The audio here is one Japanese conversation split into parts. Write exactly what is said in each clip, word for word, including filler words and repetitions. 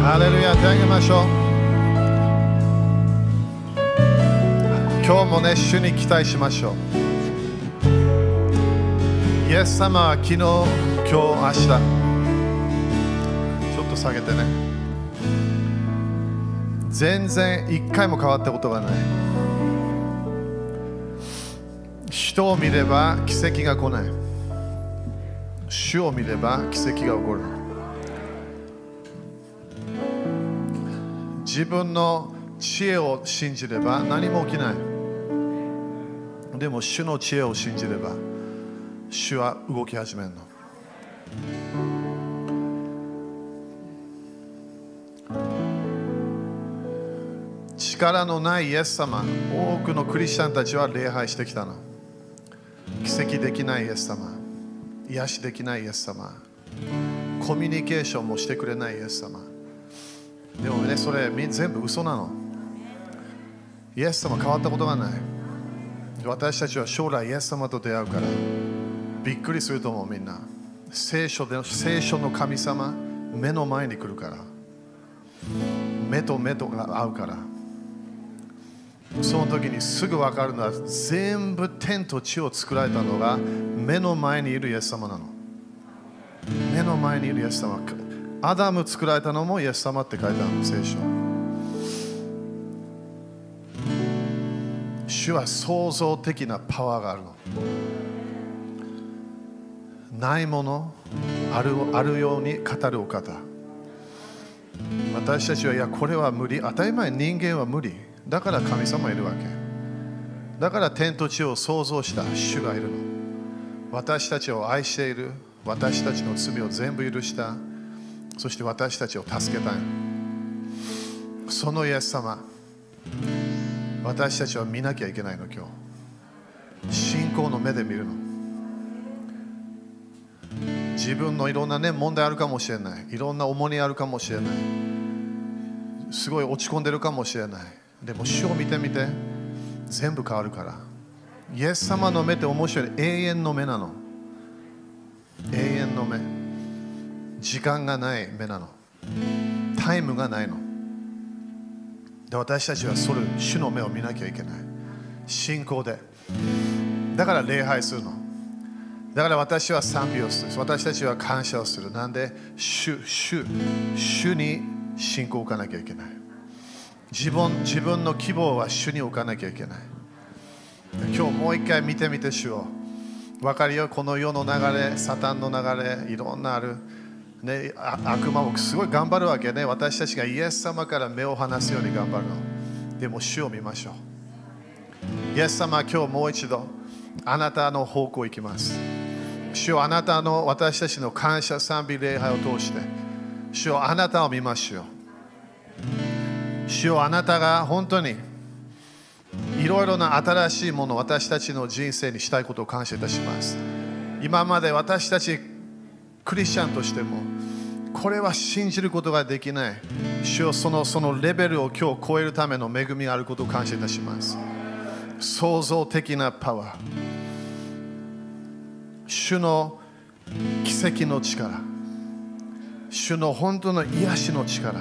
ハレルヤ、手を挙げましょう。今日もね、主に期待しましょう。イエス様は昨日、今日、明日。ちょっと下げてね。全然一回も変わったことがない。人を見れば奇跡が来ない。主を見れば奇跡が起こる。自分の知恵を信じれば何も起きない。でも主の知恵を信じれば主は動き始めるの。力のないイエス様、多くのクリスチャンたちは礼拝してきたの。奇跡できないイエス様、癒しできないイエス様、コミュニケーションもしてくれないイエス様。でもね、それ全部嘘なの。イエス様変わったことがない。私たちは将来イエス様と出会うからびっくりすると思う。みんな聖書で聖書の神様目の前に来るから、目と目とが合うから、その時にすぐ分かるのは全部天と地を作られたのが目の前にいるイエス様なの。目の前にいるイエス様。アダム作られたのもイエス様って書いてあるの、聖書。主は創造的なパワーがあるの。ないものある、あるように語るお方。私たちは、いや、これは無理。当たり前、人間は無理。だから神様いるわけ。だから天と地を創造した主がいるの。私たちを愛している。私たちの罪を全部許した。そして私たちを助けたい。そのイエス様、私たちは見なきゃいけないの。今日信仰の目で見るの。自分のいろんな、ね、問題あるかもしれない。いろんな重荷あるかもしれない。すごい落ち込んでるかもしれない。でも主を見てみて、全部変わるから。イエス様の目って面白い。永遠の目なの。永遠の目。時間がない目なの。タイムがないの。で、私たちはそれ主の目を見なきゃいけない。信仰で。だから礼拝するの。だから私は賛美をする。私たちは感謝をする。なんで主、主、主に信仰を置かなきゃいけない。自分、自分の希望は主に置かなきゃいけない。今日もう一回見てみて、主を。分かるよ、この世の流れ、サタンの流れ、いろんなある。ね、悪魔もすごい頑張るわけね。私たちがイエス様から目を離すように頑張るの。でも主を見ましょう。イエス様は今日もう一度あなたの方向行きます。主をあなたの私たちの感謝賛美礼拝を通して、主をあなたを見ましょう。主をあなたが本当にいろいろな新しいものを私たちの人生にしたいことを感謝いたします。今まで私たちクリスチャンとしてもこれは信じることができない。主よ、その、そのレベルを今日超えるための恵みがあることを感謝いたします。創造的なパワー、主の奇跡の力、主の本当の癒しの力、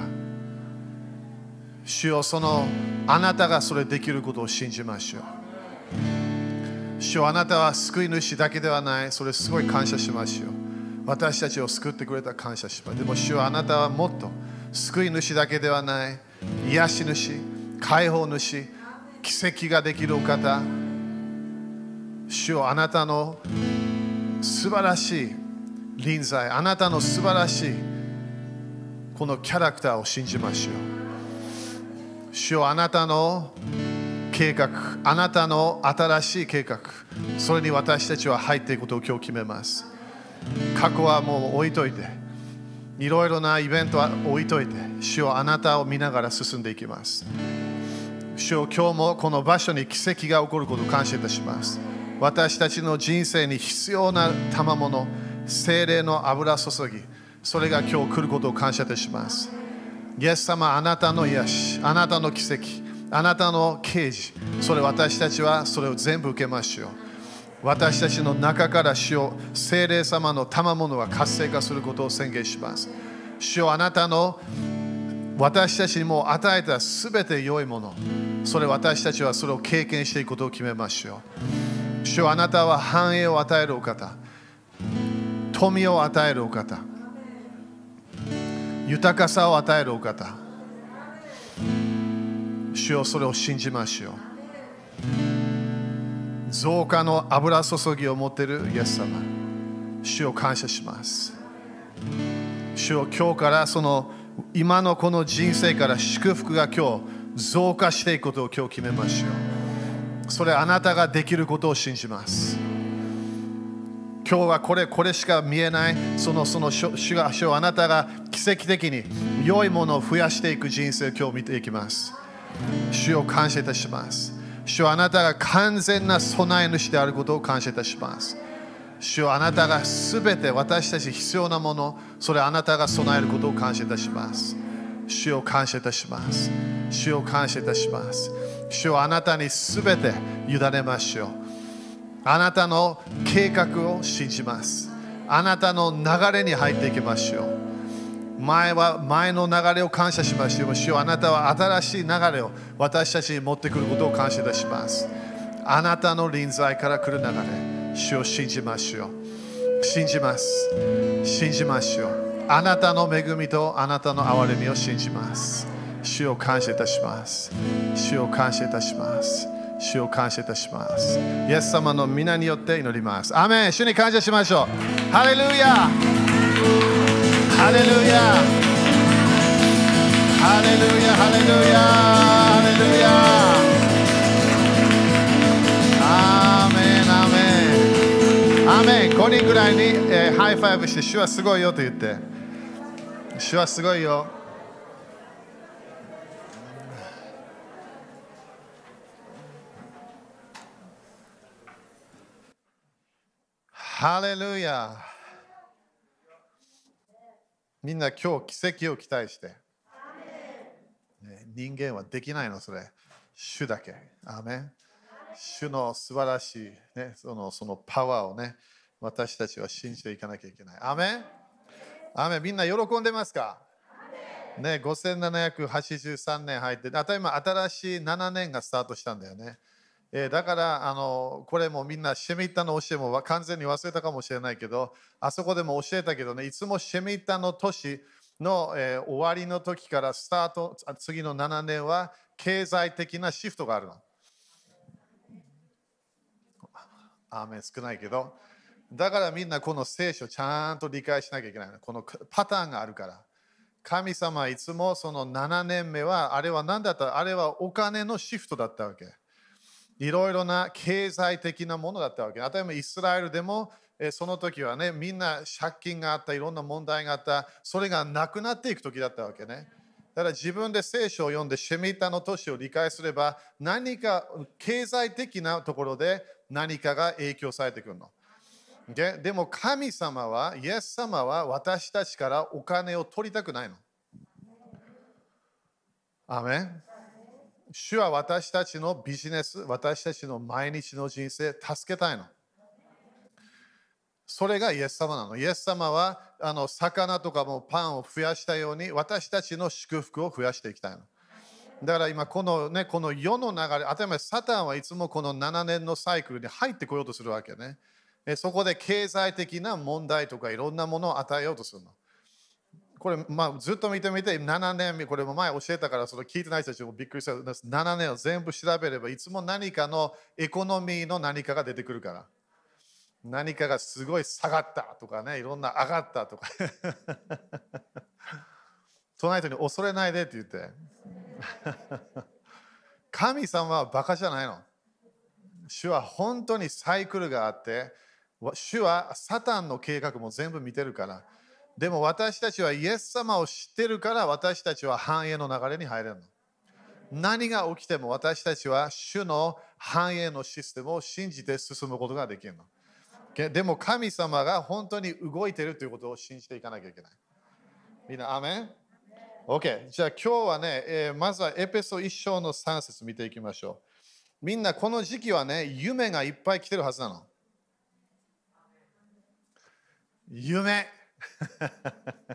主よ、そのあなたがそれできることを信じましょう。主よ、あなたは救い主だけではない。それすごい感謝しましょう。私たちを救ってくれた感謝します。でも主はあなたはもっと救い主だけではない。癒し主、解放主、奇跡ができるお方。主はあなたの素晴らしい臨在、あなたの素晴らしいこのキャラクターを信じましょう。主はあなたの計画、あなたの新しい計画、それに私たちは入っていくことを今日決めます。過去はもう置いといて、いろいろなイベントは置いといて、主はあなたを見ながら進んでいきます。主よ、今日もこの場所に奇跡が起こることを感謝いたします。私たちの人生に必要な賜物、聖霊の油注ぎ、それが今日来ることを感謝いたします。イエス様、あなたの癒し、あなたの奇跡、あなたの啓示、それ私たちはそれを全部受けましょう。私たちの中から主よ、聖霊様の賜物が活性化することを宣言します。主よ、あなたの私たちにも与えたすべて良いもの、それ私たちはそれを経験していくことを決めましょう。主よ、あなたは繁栄を与えるお方、富を与えるお方、豊かさを与えるお方。主よ、それを信じましょう。増加の油注ぎを持っているイエス様、主を感謝します。主よ、今日からその今のこの人生から祝福が今日増加していくことを今日決めましょう。それあなたができることを信じます。今日はこれこれしか見えない、そのその主が主はあなたが奇跡的に良いものを増やしていく人生を今日見ていきます。主を感謝いたします。主はあなたが完全な備え主であることを感謝いたします。主はあなたがすべて私たち必要なもの、それあなたが備えることを感謝いたします。主を感謝いたします。主を感謝いたします。主はあなたにすべて委ねましょう。あなたの計画を信じます。あなたの流れに入っていきましょう。前は前の流れを感謝しましょう。主よ、あなたは新しい流れを私たちに持ってくることを感謝いたします。あなたの臨在から来る流れ、主を信じましょう。信じます。信じましょう。あなたの恵みとあなたの憐れみを信じます。主を感謝いたします。主を感謝いたします。主を感謝いたします。イエス様の皆によって祈ります。アメン。主に感謝しましょう。ハレルヤ。ハレルヤ。ハレルヤ。ハレルヤ。ハレルヤ。アーメン。アーメン。アーメン。ごにんぐらいに、えー、ハイファイブして、主はすごいよと言って。主はすごいよ。ハレルヤ。みんな今日奇跡を期待して、ね、人間はできないの、それ。主だけ。アーメン。主の素晴らしい、ね、その、そのパワーをね、私たちは信じていかなきゃいけない。アーメン。アーメン。みんな喜んでますか？ね、ごせんななひゃくはちじゅうさんねん入って、あと今新しいななねんがスタートしたんだよね。えー、だからあのこれもみんなシェミッタの教えも完全に忘れたかもしれないけど、あそこでも教えたけどね、いつもシェミッタの年の、えー、終わりの時からスタート、次のななねんは経済的なシフトがあるの。アーメン。少ないけど、だからみんなこの聖書ちゃんと理解しなきゃいけないの。このパターンがあるから。神様はいつもそのななねんめは、あれは何だった？あれはお金のシフトだったわけ。いろいろな経済的なものだったわけ。例えばイスラエルでも、えその時はね、みんな借金があった、いろんな問題があった、それがなくなっていく時だったわけね。だから自分で聖書を読んで、シェミタの年を理解すれば、何か経済的なところで何かが影響されてくるの。で, でも神様は、イエス様は私たちからお金を取りたくないの。アメン。主は私たちのビジネス、私たちの毎日の人生、助けたいの。それがイエス様なの。イエス様はあの魚とかもパンを増やしたように、私たちの祝福を増やしていきたいの。だから今この、ね、この世の流れ、当たり前、サタンはいつもこのななねんのサイクルに入ってこようとするわけね。そこで経済的な問題とかいろんなものを与えようとするの。これ、まあ、ずっと見てみて、ななねん、これも前教えたから、それ聞いてない人たちもびっくりした。ななねんを全部調べれば、いつも何かのエコノミーの何かが出てくるから。何かがすごい下がったとかね、いろんな上がったとか。隣人に恐れないでって言って。神様はバカじゃないの。主は本当にサイクルがあって、主はサタンの計画も全部見てるから。でも私たちはイエス様を知ってるから、私たちは繁栄の流れに入れるの。何が起きても私たちは主の繁栄のシステムを信じて進むことができるの。でも神様が本当に動いているということを信じていかなきゃいけない。みんな、アメン？ OK。じゃあ今日はね、えー、まずはエペソいっ章のさん節見ていきましょう。みんなこの時期はね、夢がいっぱい来てるはずなの。夢。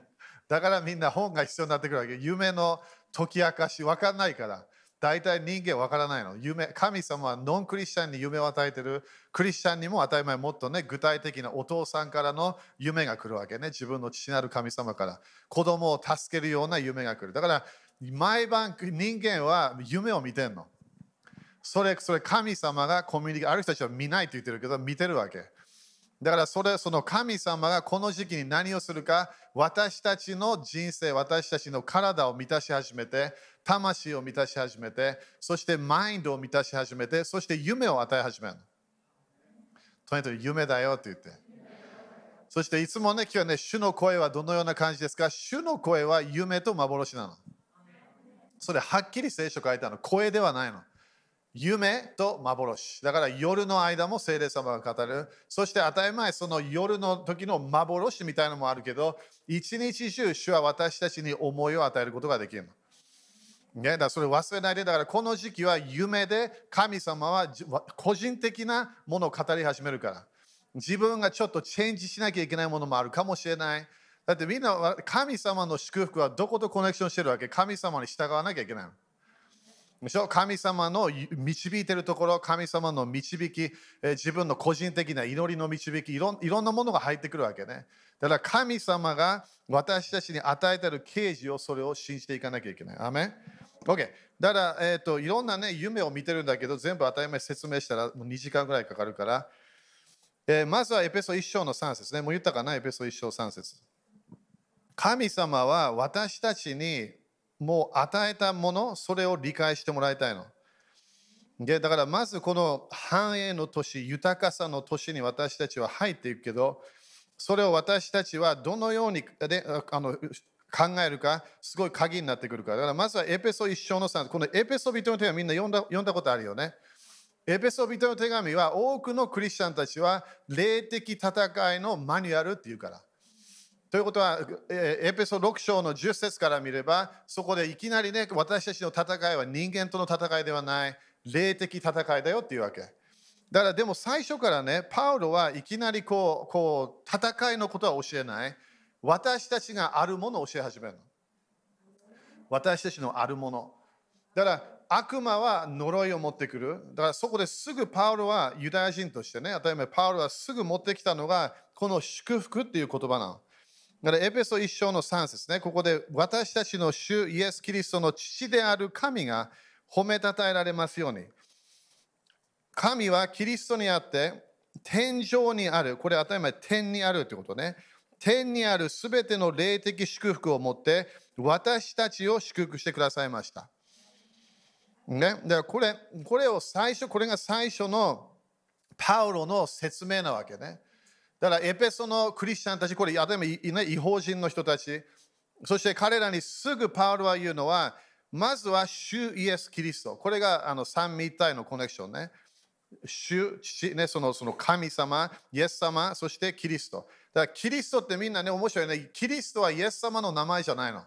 だからみんな本が必要になってくるわけ。夢の解き明かし、分かんないから。大体人間分からないの。夢、神様はノンクリスチャンに夢を与えてる。クリスチャンにも当たり前もっとね、具体的なお父さんからの夢が来るわけね。自分の父なる神様から。子供を助けるような夢が来る。だから、毎晩人間は夢を見てんの。それ、それ神様がコミュニケーション、ある人たちは見ないと言ってるけど、見てるわけ。だからそれ、その神様がこの時期に何をするか、私たちの人生、私たちの体を満たし始めて、魂を満たし始めて、そしてマインドを満たし始めて、そして夢を与え始めるの。とにかく夢だよって言って。そしていつもね、今日はね、主の声はどのような感じですか？主の声は夢と幻なの。それはっきり聖書書いてあるの。声ではないの。夢と幻。だから夜の間も聖霊様が語る。そして当たり前、その夜の時の幻みたいなのもあるけど、一日中、主は私たちに思いを与えることができるの。ね、だからそれ忘れないで、だからこの時期は夢で神様は個人的なものを語り始めるから。自分がちょっとチェンジしなきゃいけないものもあるかもしれない。だってみんな神様の祝福はどことコネクションしてるわけ？神様に従わなきゃいけないの。でしょ？神様の導いているところ、神様の導き、え自分の個人的な祈りの導きいろん、いろんなものが入ってくるわけね。だから神様が私たちに与えている啓示をそれを信じていかなきゃいけない。アメン ?OK。だから、えーと、いろんな、ね、夢を見てるんだけど、全部当たり前説明したらもうにじかんぐらいかかるから、えー、まずはエペソいっ章のさん節ね。もう言ったかな、エペソいっ章さん節。神様は私たちにもう与えたもの、それを理解してもらいたいの。でだからまずこの繁栄の年、豊かさの年に私たちは入っていくけど、それを私たちはどのようにであの考えるか、すごい鍵になってくるから。だからまずはエペソいっ章のさん、このエペソ人の手紙みんな読んだ読んだことあるよね。エペソ人の手紙は多くのクリスチャンたちは霊的戦いのマニュアルっていうから。ということは、エペソろく章のじゅっ節から見れば、そこでいきなりね、私たちの戦いは人間との戦いではない、霊的戦いだよっていうわけ。だからでも最初からね、パウロはいきなりこう、こう戦いのことは教えない。私たちがあるものを教え始めるの。私たちのあるもの。だから悪魔は呪いを持ってくる。だからそこですぐパウロはユダヤ人としてね、当たり前パウロはすぐ持ってきたのが、この祝福っていう言葉なの。だからエペソいっ章のさん節ね、ここで私たちの主イエス・キリストの父である神が褒めたたえられますように。神はキリストにあって天上にある、これ当たり前天にあるってことね。天にあるすべての霊的祝福を持って私たちを祝福してくださいました。ね、だからこれ、これを最初、これが最初のパウロの説明なわけね。だからエペソのクリスチャンたち、これ、例えば違法人の人たち、そして彼らにすぐパウロは言うのは、まずは主イエス・キリスト。これがあの三位一体のコネクションね。主、父ね、そのその神様、イエス様、そしてキリスト。だからキリストってみんなね、面白いね。キリストはイエス様の名前じゃないの。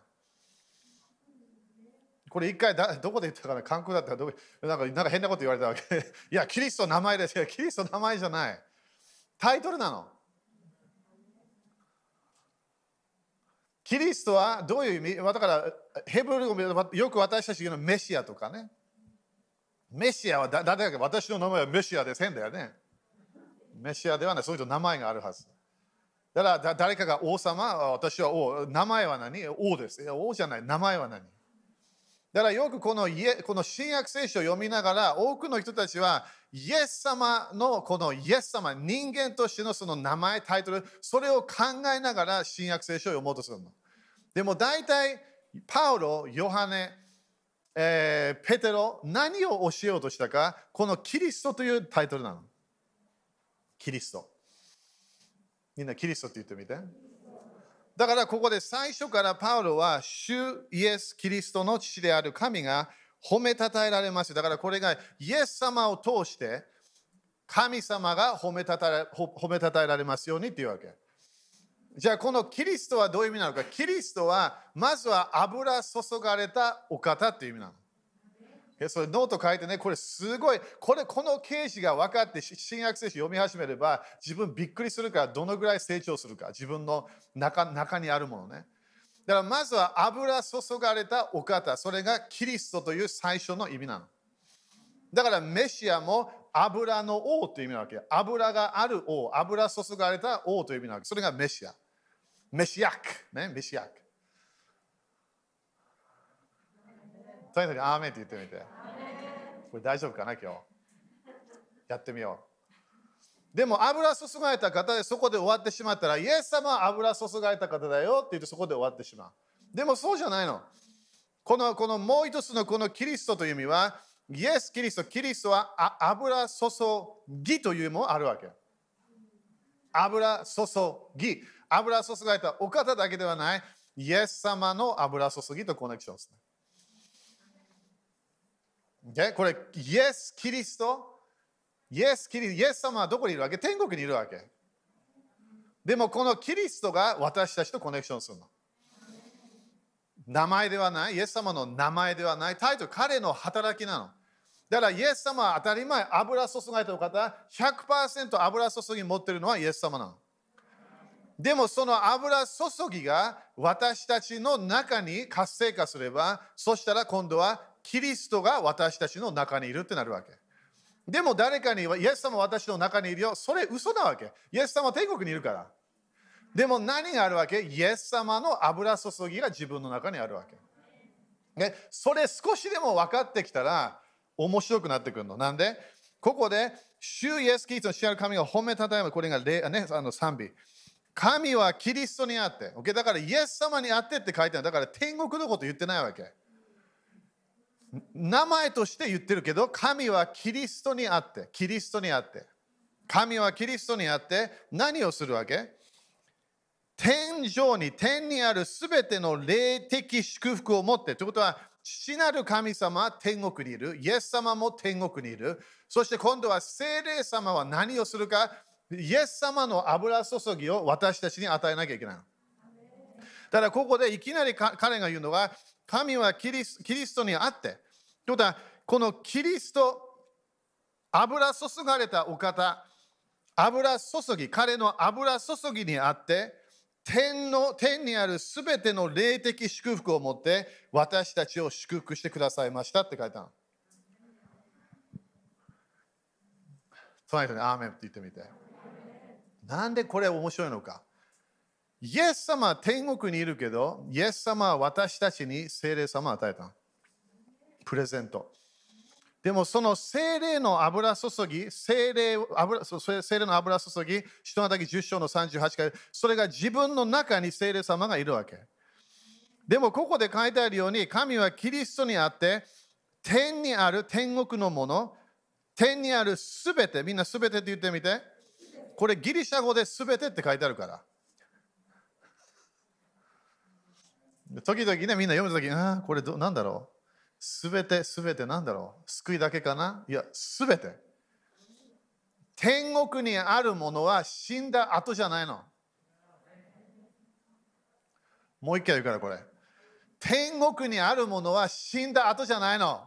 これ一回だどこで言ったかな、韓国だったらどこなんか、なんか変なこと言われたわけ。いや、キリストの名前ですよ。キリストの名前じゃない。タイトルなの。キリストはどういう意味？だから、ヘブル語でよく私たち言うのメシアとかね。メシアはだ誰だか、私の名前はメシアです。変だよね。メシアではない、そういう名前があるはず。だから誰かが王様、私は王、名前は何？王です。王じゃない、名前は何？だからよくこのこの新約聖書を読みながら、多くの人たちはイエス様のこのイエス様、人間としてのその名前、タイトル、それを考えながら新約聖書を読もうとするの。でも大体、パウロ、ヨハネ、えー、ペテロ、何を教えようとしたか、このキリストというタイトルなの。キリスト。みんなキリストって言ってみて。だからここで最初からパウロは主イエス・キリストの父である神が褒めたたえられます。だからこれがイエス様を通して神様が褒めたたえ褒めたたえられますようにっていうわけ。じゃあこのキリストはどういう意味なのか。キリストはまずは油注がれたお方っていう意味なの。それノート書いてね、これすごい、これこの啓示が分かって新約聖書読み始めれば自分びっくりするから、どのぐらい成長するか、自分の中中にあるものね。 だからまずは油注がれたお方、それがキリストという最初の意味なの。だからメシアも油の王という意味なわけ。油がある王、油注がれた王という意味なわけ。それがメシア。メシアク。ね、メシアク。とにかくアーメンって言ってみて。これ大丈夫かな、今日。やってみよう。でも油注がれた方でそこで終わってしまったら、イエス様は油注がれた方だよって言ってそこで終わってしまう。でもそうじゃないの。この、このもう一つのこのキリストという意味は、イエス・キリスト、キリストは油注ぎという意味もあるわけ。油注ぎ。油注がれたお方だけではない、イエス様の油注ぎとコネクションですね。Okay? これ、イエス・キリスト、イエス・キリスト、イエス様はどこにいるわけ？天国にいるわけ。でもこのキリストが私たちとコネクションするの。名前ではない、イエス様の名前ではない、タイトル、彼の働きなの。だからイエス様は当たり前、油注がれたお方、ひゃくパーセント 油注ぎ持っているのはイエス様なの。でもその油注ぎが私たちの中に活性化すれば、そしたら今度はキリストが私たちの中にいるってなるわけ。でも誰かにはイエス様は私の中にいるよ。それ嘘なわけ。イエス様は天国にいるから。でも何があるわけ？イエス様の油注ぎが自分の中にあるわけ。ね、それ少しでも分かってきたら面白くなってくるの。なんでここで主イエスキリストの主なる神が褒めたたえる。これが、ね、あの賛美。神はキリストにあって。Okay? だからイエス様にあってって書いてある。だから天国のこと言ってないわけ。名前として言ってるけど、神はキリストにあって、キリストにあって。神はキリストにあって何をするわけ？天上に、天にあるすべての霊的祝福を持って。ということは、父なる神様は天国にいる。イエス様も天国にいる。そして今度は聖霊様は何をするか？イエス様の油注ぎを私たちに与えなきゃいけないの。だからここでいきなり彼が言うのは、神はキリス、キリストにあって。ということは、このキリスト、油注がれたお方、油注ぎ、彼の油注ぎにあって、天の、天にあるすべての霊的祝福を持って私たちを祝福してくださいましたって書いてある。隣人にアーメンって言ってみて。なんでこれ面白いのか。イエス様は天国にいるけど、イエス様は私たちに聖霊様を与えた。プレゼント。でもその聖霊の油注ぎ、聖霊油聖霊の油注ぎ、使徒の働きじゅっ章のさんじゅうはちから、それが自分の中に聖霊様がいるわけ。でもここで書いてあるように、神はキリストにあって、天にある天国のもの、天にあるすべて、みんなすべてって言ってみて。これギリシャ語ですべてって書いてあるから。時々ね、みんな読むとき、ああ、これどなんだろう。すべて、すべてなんだろう。救いだけかな？いや、すべて。天国にあるものは死んだ後じゃないの。もう一回言うからこれ。天国にあるものは死んだ後じゃないの。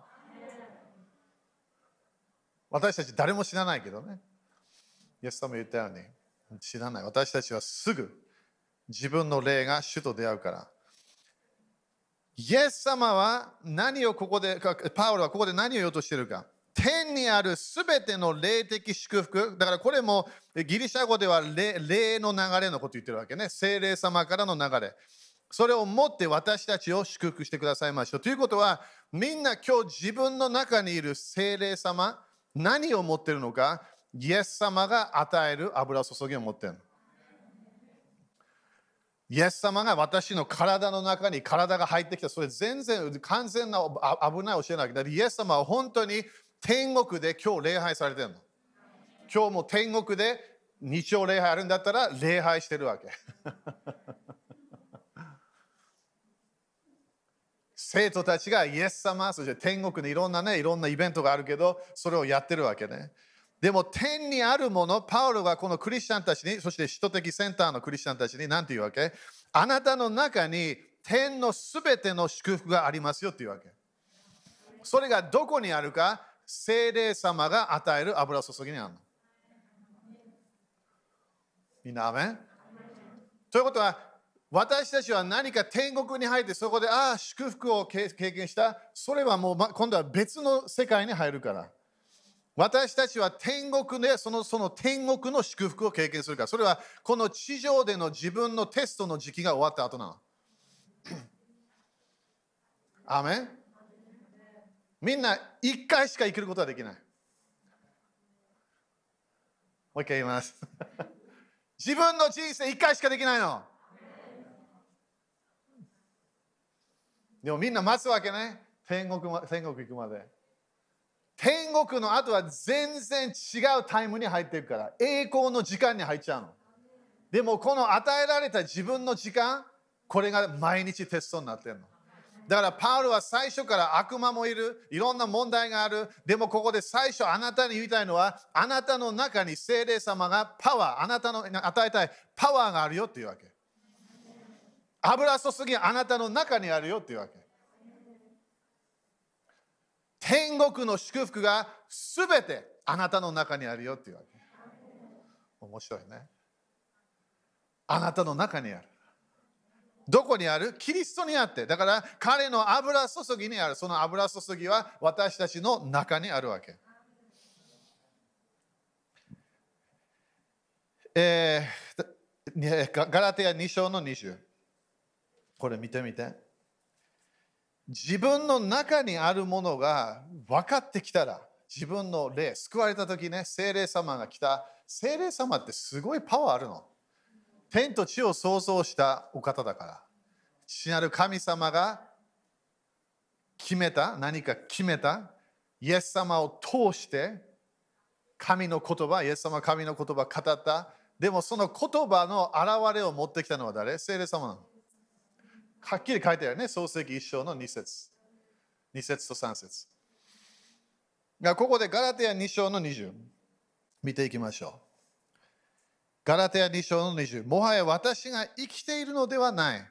私たち誰も知らないけどね。イエス様言ったように、知らない。私たちはすぐ自分の霊が主と出会うから。イエス様は何をここで、パウロはここで何を言おうとしているか。天にあるすべての霊的祝福。だからこれもギリシャ語では 霊, 霊の流れのことを言ってるわけね。聖霊様からの流れ。それを持って私たちを祝福してくださいました。ということは、みんな今日自分の中にいる聖霊様、何を持っているのか、イエス様が与える油注ぎを持っているの。イエス様が私の体の中に体が入ってきた。それ全然完全な危ない教えなきゃ。イエス様は本当に天国で今日礼拝されてるの。今日も天国で日曜礼拝あるんだったら礼拝してるわけ。生徒たちがイエス様、そして天国にいろんなね、いろんなイベントがあるけど、それをやってるわけね。でも天にあるもの、パウロがこのクリスチャンたちに、そして使徒的センターのクリスチャンたちに何て言うわけ？あなたの中に天のすべての祝福がありますよっていうわけ。それがどこにあるか、聖霊様が与える油注ぎにあるの。みんなアメン？ということは、 私たちは何か天国に入ってそこでああ祝福を経験した。それはもう今度は別の世界に入るから。私たちは天国でそのその天国の祝福を経験するから。それはこの地上での自分のテストの時期が終わった後なの。アメン。みんな一回しか生きることはできない。もう一回言います。自分の人生一回しかできないの。でもみんな待つわけね。天国、天国行くまで。天国の後は全然違うタイムに入っていくから、栄光の時間に入っちゃうの。でもこの与えられた自分の時間、これが毎日テストになってるの。だからパウロは最初から悪魔もいる、いろんな問題がある。でもここで最初あなたに言いたいのは、あなたの中に聖霊様がパワー、あなたの与えたいパワーがあるよっていうわけ。油注ぎあなたの中にあるよっていうわけ。天国の祝福がすべてあなたの中にあるよっていうわけ。面白いね。あなたの中にある。どこにある？キリストにあって。だから彼の油注ぎにある。その油注ぎは私たちの中にあるわけ。えー、ガラテヤに章のにじゅう。これ見てみて。自分の中にあるものが分かってきたら、自分の霊、救われた時ね、聖霊様が来た。聖霊様ってすごいパワーあるの。天と地を創造したお方だから。父なる神様が決めた、何か決めた、イエス様を通して、神の言葉、イエス様は神の言葉を語った。でもその言葉の現れを持ってきたのは誰？聖霊様なの。はっきり書いてあるね。創世記一章の二節。二節と三節。ここでガラテヤに章のにじゅう。見ていきましょう。ガラテヤに章のにじゅう。もはや私が生きているのではない。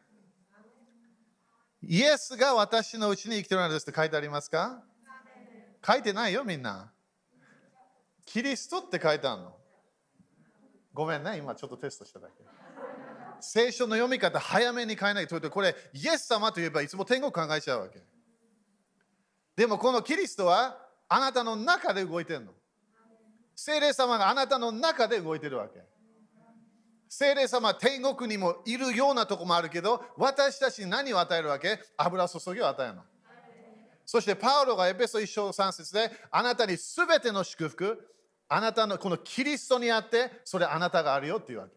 イエスが私のうちに生きているのですって書いてありますか？書いてないよ、みんな。キリストって書いてあるの。ごめんね、今ちょっとテストしただけ。聖書の読み方、早めに変えないと。これ、イエス様といえばいつも天国考えちゃうわけ。でもこのキリストはあなたの中で動いてるの。聖霊様があなたの中で動いてるわけ。聖霊様は天国にもいるようなところもあるけど、私たちに何を与えるわけ？油注ぎを与えるの。そしてパウロがエペソ一章三節で、あなたにすべての祝福、あなたのこのキリストにあって、それあなたがあるよっていうわけ。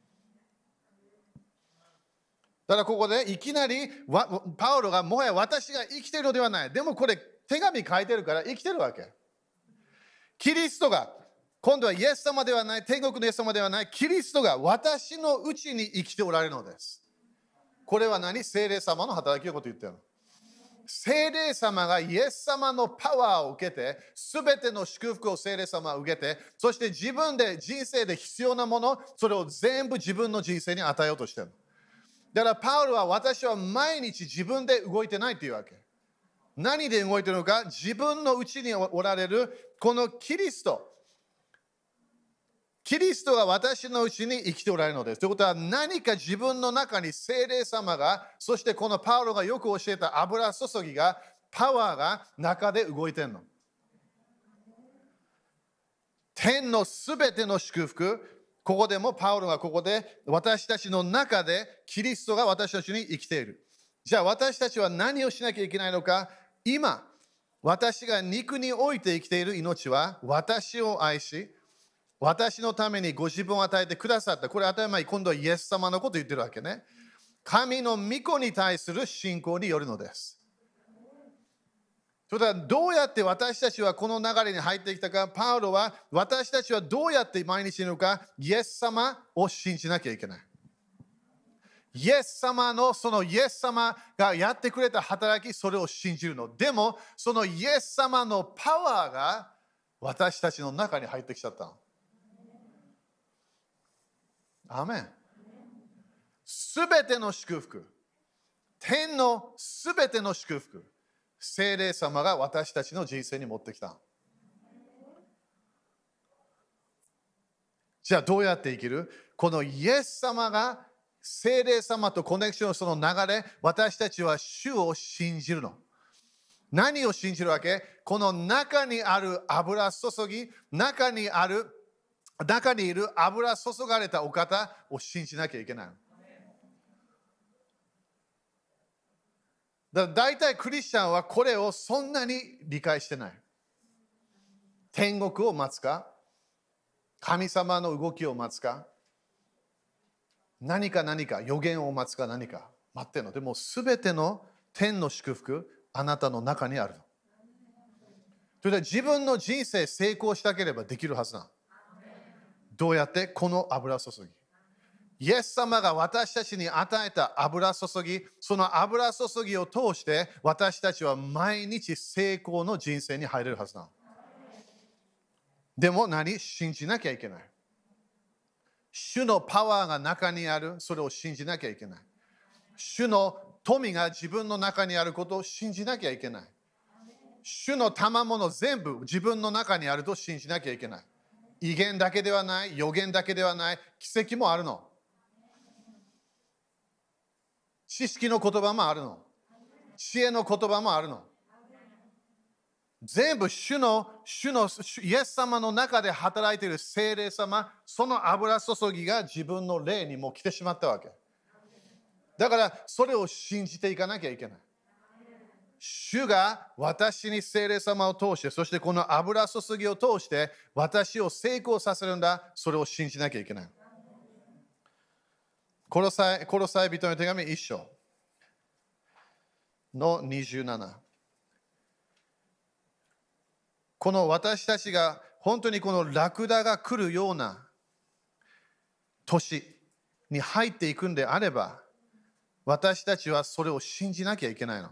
だからここでいきなりパウロがもはや私が生きているのではない。でもこれ手紙書いてるから生きてるわけ。キリストが今度はイエス様ではない、天国のイエス様ではない、キリストが私のうちに生きておられるのです。これは何？聖霊様の働きのことを言ってるの。聖霊様がイエス様のパワーを受けて、すべての祝福を聖霊様は受けて、そして自分で人生で必要なもの、それを全部自分の人生に与えようとしてるの。だからパウロは私は毎日自分で動いてないというわけ。何で動いているのか？自分のうちにおられるこのキリスト。キリストが私のうちに生きておられるのです。ということは何か自分の中に聖霊様が、そしてこのパウロがよく教えた油注ぎが、パワーが中で動いてるの。天のすべての祝福、ここでもパウロがここで私たちの中でキリストが私たちに生きている。じゃあ私たちは何をしなきゃいけないのか？今、私が肉において生きている命は私を愛し、私のためにご自分を与えてくださった。これ当たり前、今度はイエス様のことを言ってるわけね。神の御子に対する信仰によるのです。それではどうやって私たちはこの流れに入ってきたか？パウロは私たちはどうやって毎日いるのか？イエス様を信じなきゃいけない。イエス様のそのイエス様がやってくれた働き、それを信じるの。でもそのイエス様のパワーが私たちの中に入ってきちゃったの。アーメン。すべての祝福、天のすべての祝福、聖霊様が私たちの人生に持ってきた。じゃあどうやって生きる？このイエス様が聖霊様とコネクションその流れ、私たちは主を信じるの。何を信じるわけ？この中にある油注ぎ、中にある、中にいる油注がれたお方を信じなきゃいけない。だから大体クリスチャンはこれをそんなに理解してない。天国を待つか、神様の動きを待つか、何か何か予言を待つか何か待ってるの。でもすべての天の祝福、あなたの中にあるの。それで自分の人生成功したければできるはずなの。どうやって？この油注ぎ。イエス様が私たちに与えた油注ぎ、その油注ぎを通して私たちは毎日成功の人生に入れるはずなの。でも何？信じなきゃいけない。主のパワーが中にある、それを信じなきゃいけない。主の富が自分の中にあることを信じなきゃいけない。主の賜物全部自分の中にあると信じなきゃいけない。異言だけではない、予言だけではない、奇跡もあるの。知識の言葉もあるの。知恵の言葉もあるの。全部主の、主の、イエス様の中で働いている聖霊様、その油注ぎが自分の霊にも来てしまったわけ。だからそれを信じていかなきゃいけない。主が私に聖霊様を通して、そしてこの油注ぎを通して私を成功させるんだ。それを信じなきゃいけない。コロサイ、コロサイ人の手紙一章のにじゅうなな。この私たちが本当にこのラクダが来るような年に入っていくんであれば、私たちはそれを信じなきゃいけないの。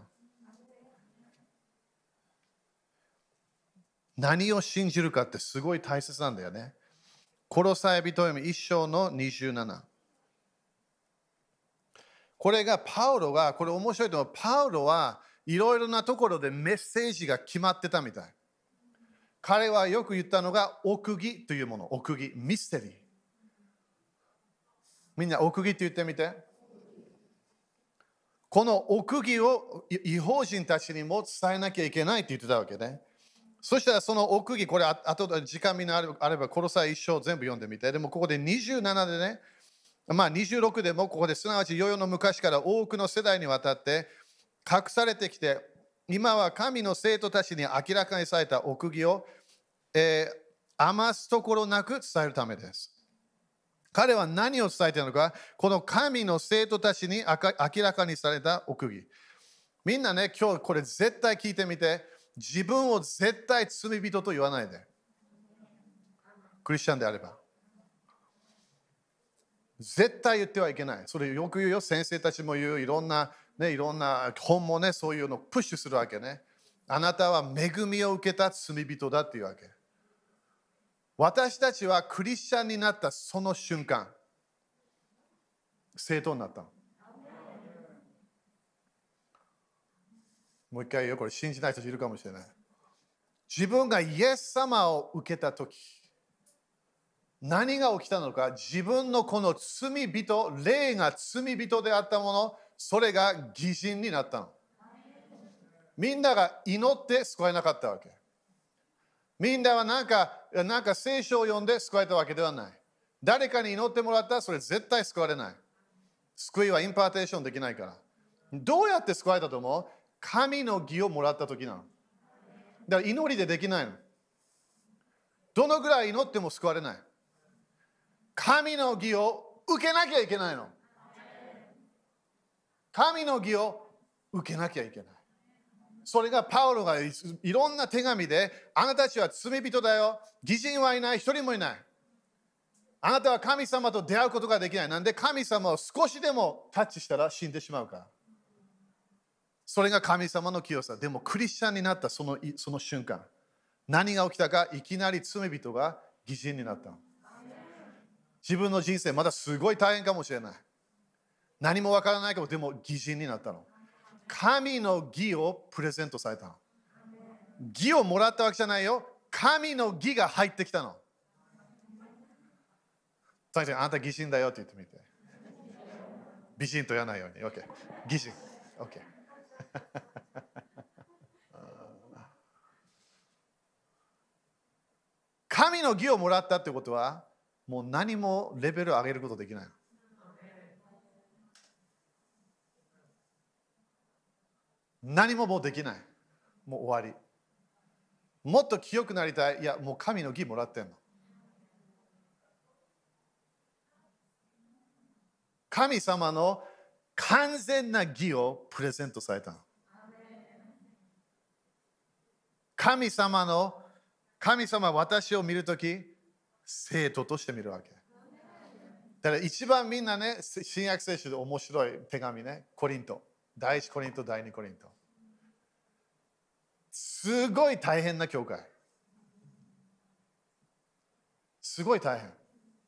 何を信じるかってすごい大切なんだよね。コロサイ人読み一章のにじゅうなな。これがパウロが、これ面白いと思う。パウロはいろいろなところでメッセージが決まってたみたい。彼はよく言ったのが奥義というもの。奥義、ミステリー。みんな奥義って言ってみて。この奥義を異邦人たちにも伝えなきゃいけないって言ってたわけね。そしたらその奥義、これあと時間みんなあれば、コロサイ一章全部読んでみて。でもここでにじゅうななでね、まあにじゅうろくでもここですなわち世々の昔から多くの世代にわたって隠されてきて、今は神の生徒たちに明らかにされた奥義を、えー、余すところなく伝えるためです。彼は何を伝えているのか、この神の生徒たちに明らかにされた奥義。みんなね、今日これ絶対聞いてみて、自分を絶対罪人と言わないで。クリスチャンであれば。絶対言ってはいけない。それよく言うよ。先生たちも言う。いろんな、ね、いろんな本もね、そういうのをプッシュするわけね。あなたは恵みを受けた罪人だっていうわけ。私たちはクリスチャンになったその瞬間、生徒になったの。もう一回言うよ、これ信じない人いるかもしれない。自分がイエス様を受けたとき、何が起きたのか、自分のこの罪人、霊が罪人であったもの、それが義人になったの。みんなが祈って救えなかったわけ。みんなはなんか、なんか聖書を読んで救われたわけではない。誰かに祈ってもらったらそれ絶対救われない。救いはインパーテーションできないから。どうやって救われたと思う？神の義をもらったときなの。だから祈りでできないの。どのぐらい祈っても救われない。神の義を受けなきゃいけないの。神の義を受けなきゃいけない。それがパウロがいろんな手紙で、あなたたちは罪人だよ。義人はいない、一人もいない。あなたは神様と出会うことができない。なんで神様を少しでもタッチしたら死んでしまうから。それが神様の清さ。でもクリスチャンになったその、その瞬間、何が起きたか、いきなり罪人が義人になったの。自分の人生まだすごい大変かもしれない。何もわからないけど、でも義人になったの。神の義をプレゼントされたの。義をもらったわけじゃないよ。神の義が入ってきたの。あなた義人だよって言ってみて。 美人と言わないように。OK。義人。OK。神の義をもらったってことは、もう何もレベルを上げることできない。何ももうできない。もう終わり。もっと清くなりたい。いや、もう神の義もらってんの。神様の完全な義をプレゼントされたの。神様の、神様は私を見るとき、生徒として見るわけ。だから一番みんなね、新約聖書で面白い手紙ね、コリント。第一コリント、第二コリント。すごい大変な教会。すごい大変。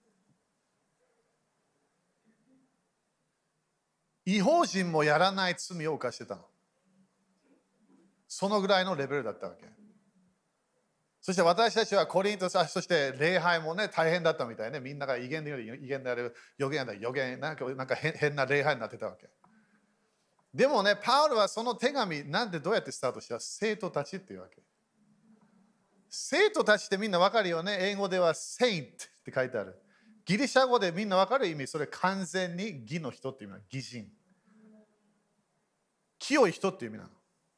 違法人もやらない罪を犯してたの。そのぐらいのレベルだったわけ。そして私たちはコリントさ、そして礼拝もね、大変だったみたいね。みんなが威厳で威厳である、予言だ、予言、なんかなんか 変, 変な礼拝になってたわけ。でもね、パウロはその手紙、なんでどうやってスタートした？生徒たちっていうわけ。生徒たちってみんなわかるよね。英語では saint って書いてある。ギリシャ語でみんなわかる意味、それ完全に義の人っていう意味なの。義人。清い人っていう意味なの。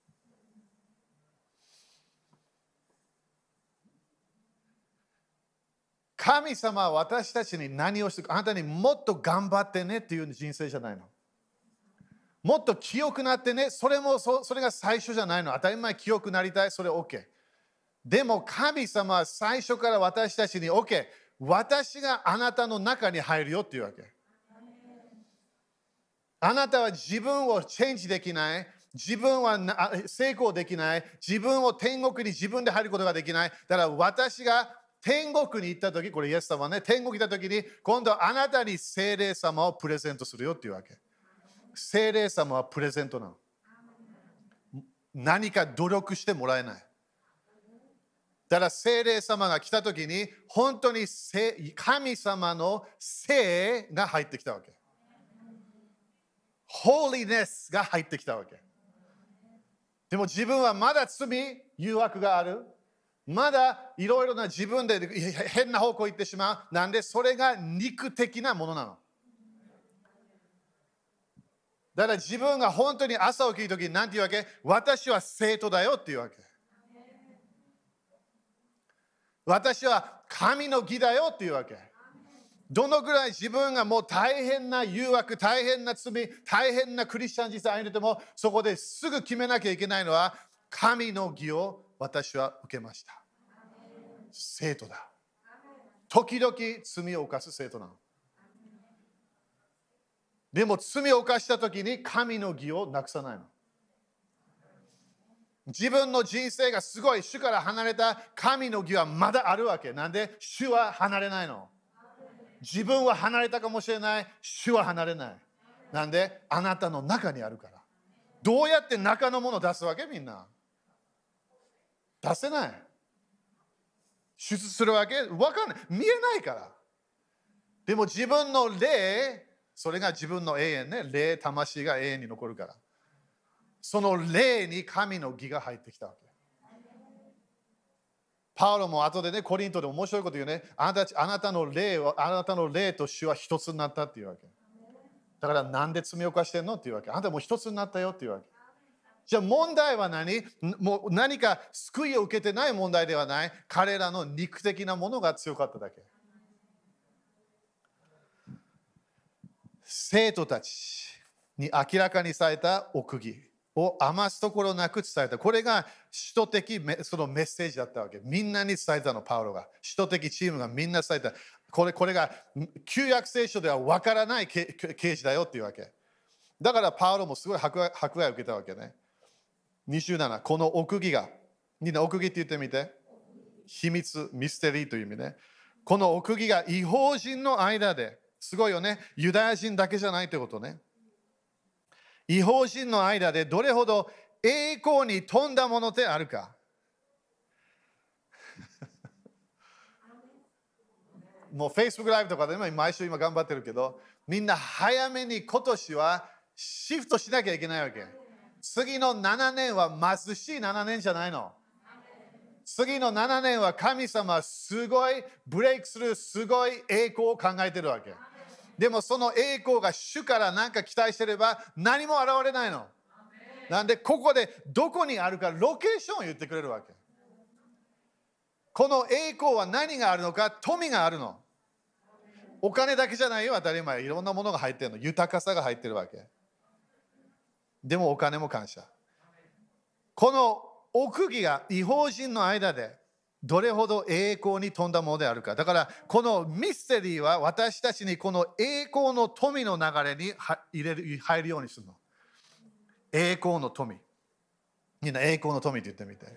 神様は私たちに何をしてあなたにもっと頑張ってねっていう人生じゃないの。もっと清くなってね、それも そ, それが最初じゃないの。当たり前清くなりたい、それ OK。でも神様は最初から私たちに OK、私があなたの中に入るよっていうわけ。あなたは自分をチェンジできない。自分は成功できない。自分を天国に自分で入ることができない。だから私が天国に行ったとき、これイエス様はね、天国に行ったときに、今度あなたに聖霊様をプレゼントするよっていうわけ。聖霊様はプレゼントなの。何か努力してもらえない。だから聖霊様が来たときに、本当に神様の聖が入ってきたわけ。Holiness が入ってきたわけ。でも自分はまだ罪、誘惑がある。まだいろいろな自分で変な方向行ってしまう。なんでそれが肉的なものなの。だから自分が本当に朝起きるときに何て言うわけ？私は生徒だよっていうわけ。私は神の義だよっていうわけ。どのぐらい自分がもう大変な誘惑、大変な罪、大変なクリスチャン人生歩んでても、そこですぐ決めなきゃいけないのは、神の義を私は受けました。生徒だ。時々罪を犯す生徒なの。でも罪を犯したときに神の義をなくさないの。自分の人生がすごい主から離れた神の義はまだあるわけ。なんで主は離れないの。自分は離れたかもしれない。主は離れない。なんであなたの中にあるから。どうやって中のものを出すわけみんな。出せない。出するわけわかんない。見えないから。でも自分の霊、それが自分の永遠ね。霊、魂が永遠に残るから。その霊に神の義が入ってきたわけ。パウロも後でね、コリントで面白いこと言うね。あなた、あなたの霊は、あなたの霊と主は一つになったっていうわけ。だからなんで罪を犯してんのっていうわけ。あなたもう一つになったよっていうわけ。じゃあ問題は何？もう何か救いを受けてない問題ではない。彼らの肉的なものが強かっただけ。生徒たちに明らかにされた奥義を余すところなく伝えた。これが使徒的そのメッセージだったわけ。みんなに伝えたの、パウロが。使徒的チームがみんな伝えた。これ、これが旧約聖書では分からない啓示だよっていうわけ。だからパウロもすごい迫害、迫害を受けたわけね。にじゅうなな、この奥義が、みんな奥義って言ってみて。秘密、ミステリーという意味ね。この奥義が異邦人の間で、すごいよね。ユダヤ人だけじゃないってことね。異邦人の間でどれほど栄光に富んだものであるか。もう Facebook ライブとかで毎週今頑張ってるけど、 みんな早めに今年はシフトしなきゃいけないわけ。次のななねんは貧しいななねんじゃないの。次のななねんは神様はすごいブレイクするすごい栄光を考えてるわけ。でもその栄光が主から何か期待してれば何も現れないの。なんでここでどこにあるかロケーションを言ってくれるわけ。この栄光は何があるのか、富があるの。お金だけじゃないよ、当たり前。いろんなものが入ってるの。豊かさが入ってるわけ。でもお金も感謝。この奥義が異邦人の間でどれほど栄光に富んだものであるか。だからこのミステリーは私たちにこの栄光の富の流れに入れる入るようにするの。栄光の富。みんな栄光の富って言ってみて。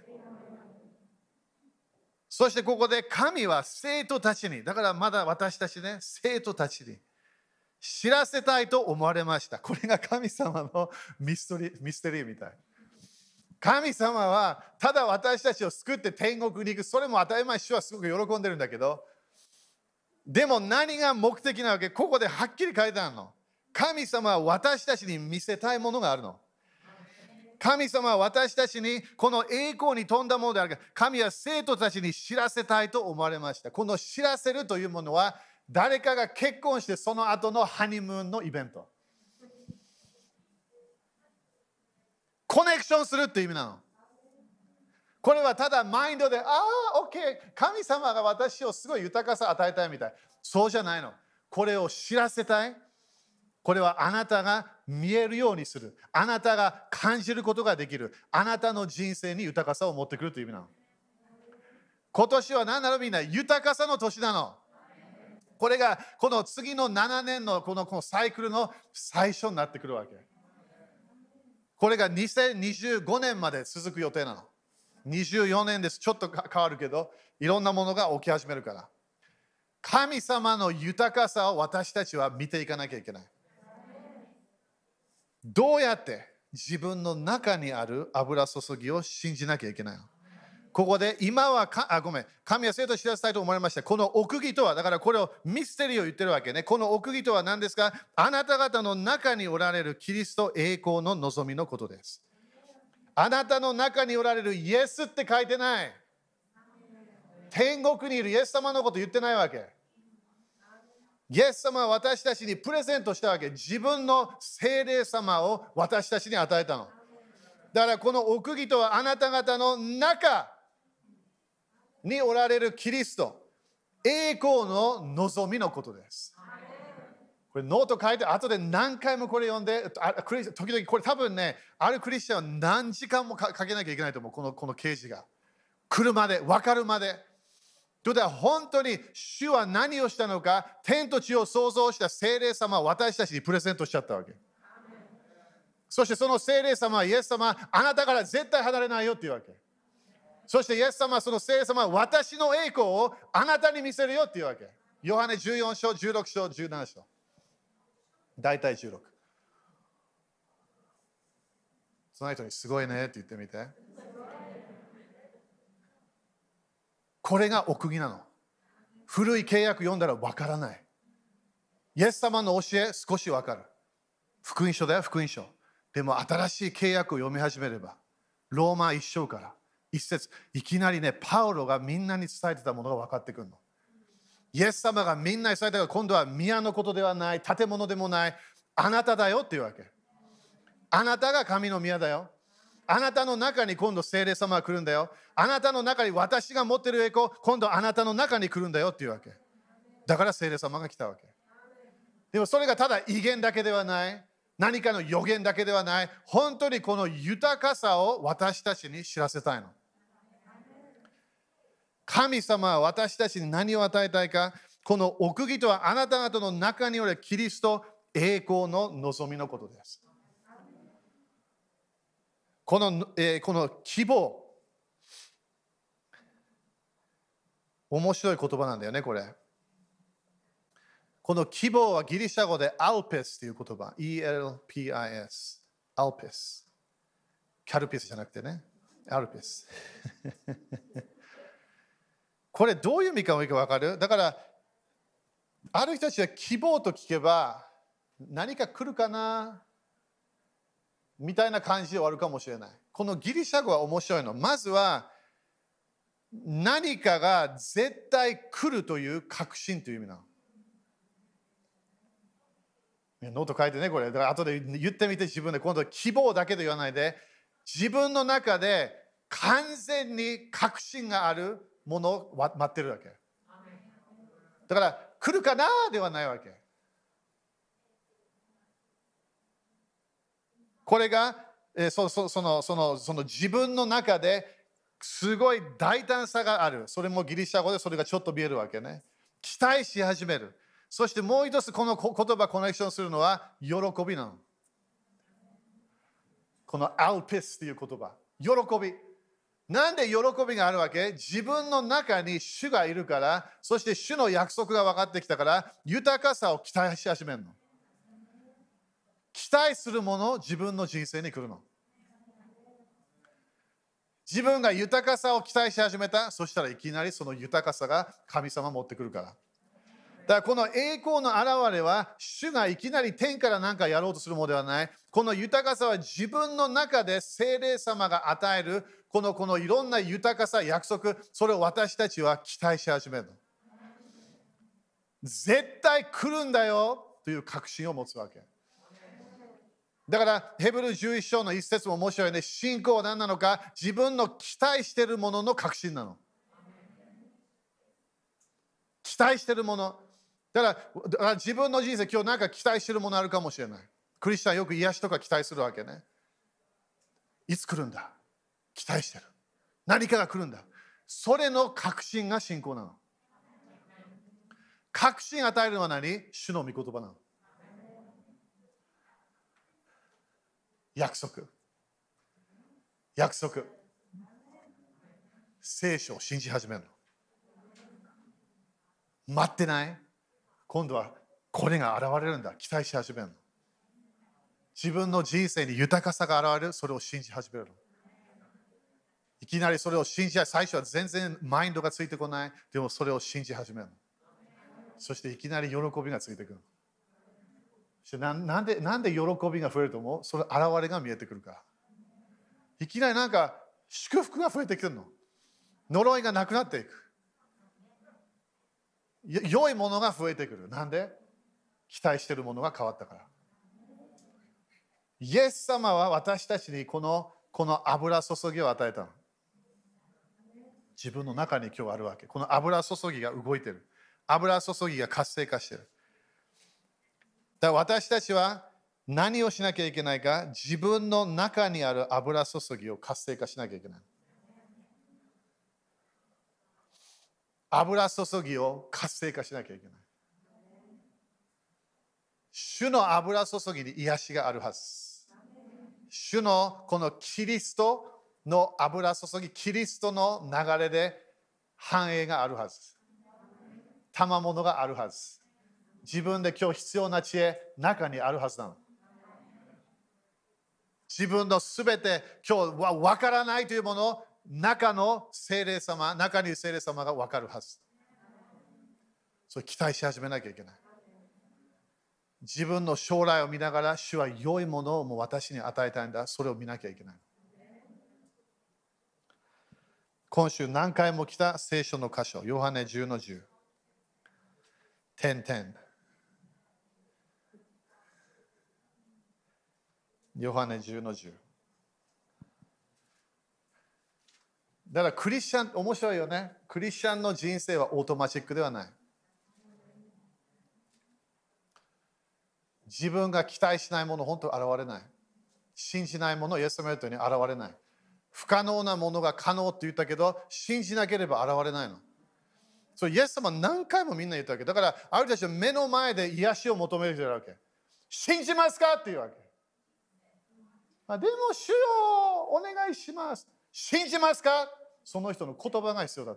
そしてここで神は生徒たちに、だからまだ私たちね、生徒たちに知らせたいと思われました。これが神様のミステリー、ミステリーみたい。神様はただ私たちを救って天国に行く。それも当たり前、主はすごく喜んでるんだけど、でも何が目的なわけ？ここではっきり書いてあるの。神様は私たちに見せたいものがあるの。神様は私たちにこの栄光に富んだものであるから、神は生徒たちに知らせたいと思われました。この知らせるというものは、誰かが結婚してその後のハニムーンのイベント。コネクションするっていう意味なの。これはただマインドで、ああ、オッケー、神様が私をすごい豊かさ与えたいみたい。そうじゃないの。これを知らせたい。これはあなたが見えるようにする。あなたが感じることができる。あなたの人生に豊かさを持ってくるという意味なの。今年は何なの？みんな豊かさの年なの。これがこの次のななねんのこのこのサイクルの最初になってくるわけ。これがにせんにじゅうごねんまで続く予定なの。にじゅうよねんです。ちょっと変わるけど、いろんなものが起き始めるから。神様の豊かさを私たちは見ていかなきゃいけない。どうやって自分の中にある油注ぎを信じなきゃいけないの。ここで今はかあごめん神は生徒を知らせたいと思われました。この奥義とは、だからこれをミステリーを言ってるわけね。この奥義とは何ですか？あなた方の中におられるキリスト栄光の望みのことです。あなたの中におられるイエスって書いてない。天国にいるイエス様のこと言ってないわけ。イエス様は私たちにプレゼントしたわけ。自分の聖霊様を私たちに与えたの。だからこの奥義とはあなた方の中におられるキリスト、栄光の望みのことです。これノート書いて、後で何回もこれ読んで、時々これ多分ね、あるクリスチャンは何時間もかけなきゃいけないと思う、このこの啓示が。来るまで、分かるまで。ということは本当に主は何をしたのか、天と地を創造した聖霊様を私たちにプレゼントしちゃったわけ。そしてその聖霊様はイエス様、あなたから絶対離れないよっていうわけ。そしてイエス様はその聖霊様は私の栄光をあなたに見せるよっていうわけ。ヨハネじゅうよん章、じゅうろく章、じゅうなな章。大体じゅうろく。その人にすごいねって言ってみて。これが奥義なの。古い契約読んだらわからない。イエス様の教え少しわかる。福音書だよ、福音書。でも新しい契約を読み始めれば、ローマ一章から一節、いきなりね、パウロがみんなに伝えてたものが分かってくるの。イエス様がみんなに伝えたが、今度は宮のことではない、建物でもない、あなただよっていうわけ。あなたが神の宮だよ。あなたの中に今度聖霊様が来るんだよ。あなたの中に私が持っている栄光、今度あなたの中に来るんだよっていうわけ。だから聖霊様が来たわけ。でもそれがただ威厳だけではない。何かの予言だけではない。本当にこの豊かさを私たちに知らせたいの。神様は私たちに何を与えたいか。この奥義とはあなた方の中におるキリスト栄光の望みのことです。この、えー、この希望。面白い言葉なんだよね、これ。この希望はギリシャ語でアルペスという言葉。イーエルピーアイエス。アルペス。キャルピスじゃなくてね。アルペス。これどういう意味かもいいか分かる？だから、ある人たちは希望と聞けば、 何か来るかなみたいな感じで終わるかもしれない。このギリシャ語は面白いの。まずは何かが絶対来るという確信という意味なの。ノート書いてね、これ。だから後で言ってみて自分で、今度は希望だけで言わないで、自分の中で完全に確信があるものを待ってるわけ。だから来るかなではないわけ。これが、えー、そそそのそのその自分の中ですごい大胆さがある。それもギリシャ語でそれがちょっと見えるわけね。期待し始める。そしてもう一つこの言葉コネクションするのは喜びなの。このアルピスという言葉。喜び。なんで喜びがあるわけ？自分の中に主がいるから、そして主の約束が分かってきたから、豊かさを期待し始めるの。期待するもの、自分の人生に来るの。自分が豊かさを期待し始めた、そしたらいきなりその豊かさが神様持ってくるから。だからこの栄光の現れは、主がいきなり天から何かやろうとするものではない。この豊かさは自分の中で聖霊様が与える、このこのいろんな豊かさ、約束、それを私たちは期待し始めるの。絶対来るんだよという確信を持つわけ。だから、ヘブルじゅういち章の一節も面白いね。信仰は何なのか、自分の期待しているものの確信なの。期待しているもの。だから、だから自分の人生、今日なんか期待しているものあるかもしれない。クリスチャンよく癒しとか期待するわけね。いつ来るんだ？期待してる。何かが来るんだ。それの確信が信仰なの。確信与えるのは何？主の御言葉なの。約束。約束。聖書を信じ始めるの。待ってない？今度はこれが現れるんだ。期待し始めるの。自分の人生に豊かさが現れる。それを信じ始めるの。いきなりそれを信じ、最初は全然マインドがついてこない。でもそれを信じ始めるの。そしていきなり喜びがついてくる。な, なんでなんで喜びが増えると思う？その現れが見えてくるから。いきなりなんか祝福が増えてくるの。呪いがなくなっていく。良いものが増えてくる。なんで？期待しているものが変わったから。イエス様は私たちにこの、この油注ぎを与えたの。自分の中に今日あるわけ。この油注ぎが動いている。油注ぎが活性化している。だから私たちは何をしなきゃいけないか、自分の中にある油注ぎを活性化しなきゃいけない。油注ぎを活性化しなきゃいけない。主の油注ぎに癒しがあるはず。主のこのキリストの油注ぎ、キリストの流れで繁栄があるはず。賜物があるはず。自分で今日必要な知恵、中にあるはずなの。自分のすべて今日は分からないというもの、中の聖霊様、中にいる聖霊様が分かるはず。それ期待し始めなきゃいけない。自分の将来を見ながら、主は良いものをもう私に与えたいんだ。それを見なきゃいけない。今週何回も来た聖書の箇所、ヨハネじゅうのじゅう。点々。ヨハネじゅうのじゅう。だからクリスチャン、面白いよね。クリスチャンの人生はオートマチックではない。自分が期待しないもの、本当に現れない。信じないもの、イエス様のように現れない。不可能なものが可能って言ったけど、信じなければ現れないの。そう、イエス様何回もみんな言ったわけ。だから、ある人たちは目の前で癒しを求める人いるわけ。信じますかっていうわけ。あ、でも、主よ、お願いします。信じますか？その人の言葉が必要だった。